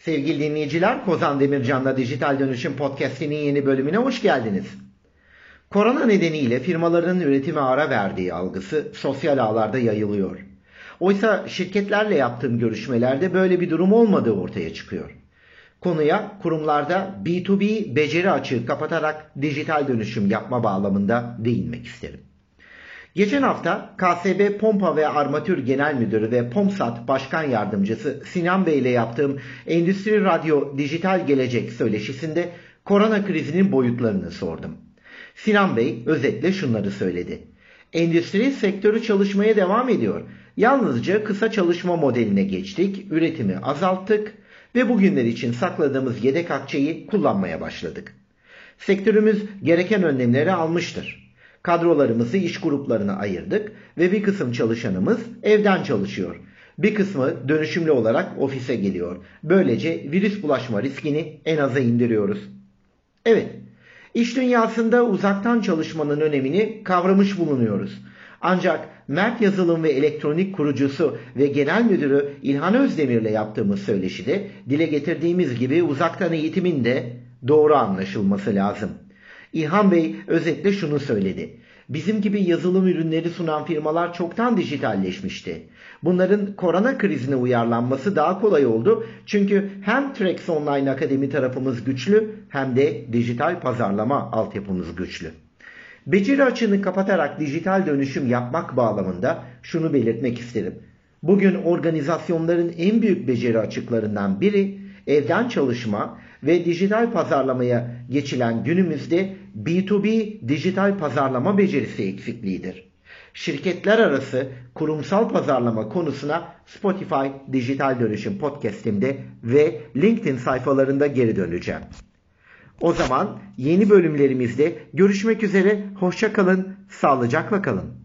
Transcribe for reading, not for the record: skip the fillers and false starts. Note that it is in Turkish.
Sevgili dinleyiciler, Kozan Demircan'la Dijital Dönüşüm Podcast'inin yeni bölümüne hoş geldiniz. Korona nedeniyle firmaların üretime ara verdiği algısı sosyal ağlarda yayılıyor. Oysa şirketlerle yaptığım görüşmelerde böyle bir durum olmadığı ortaya çıkıyor. Konuya kurumlarda B2B beceri açığı kapatarak dijital dönüşüm yapma bağlamında değinmek isterim. Geçen hafta KSB Pompa ve Armatür Genel Müdürü ve POMSAT Başkan Yardımcısı Sinan Bey ile yaptığım Endüstri Radyo Dijital Gelecek söyleşisinde korona krizinin boyutlarını sordum. Sinan Bey özetle şunları söyledi. Endüstri sektörü çalışmaya devam ediyor. Yalnızca kısa çalışma modeline geçtik, üretimi azalttık ve bugünler için sakladığımız yedek akçeyi kullanmaya başladık. Sektörümüz gereken önlemleri almıştır. Kadrolarımızı iş gruplarına ayırdık ve bir kısım çalışanımız evden çalışıyor. Bir kısmı dönüşümlü olarak ofise geliyor. Böylece virüs bulaşma riskini en aza indiriyoruz. Evet, iş dünyasında uzaktan çalışmanın önemini kavramış bulunuyoruz. Ancak Mert Yazılım ve Elektronik kurucusu ve genel müdürü İlhan Özdemir'le yaptığımız söyleşide dile getirdiğimiz gibi uzaktan eğitimin de doğru anlaşılması lazım. İlhan Bey özetle şunu söyledi. Bizim gibi yazılım ürünleri sunan firmalar çoktan dijitalleşmişti. Bunların korona krizine uyarlanması daha kolay oldu. Çünkü hem Trax Online Akademi tarafımız güçlü hem de dijital pazarlama altyapımız güçlü. Beceri açığını kapatarak dijital dönüşüm yapmak bağlamında şunu belirtmek isterim. Bugün organizasyonların en büyük beceri açıklarından biri evden çalışma ve dijital pazarlamaya geçilen günümüzde B2B dijital pazarlama becerisi eksikliğidir. Şirketler arası kurumsal pazarlama konusuna Spotify Dijital Dönüşüm podcast'imde ve LinkedIn sayfalarında geri döneceğim. O zaman yeni bölümlerimizde görüşmek üzere, hoşça kalın, sağlıcakla kalın.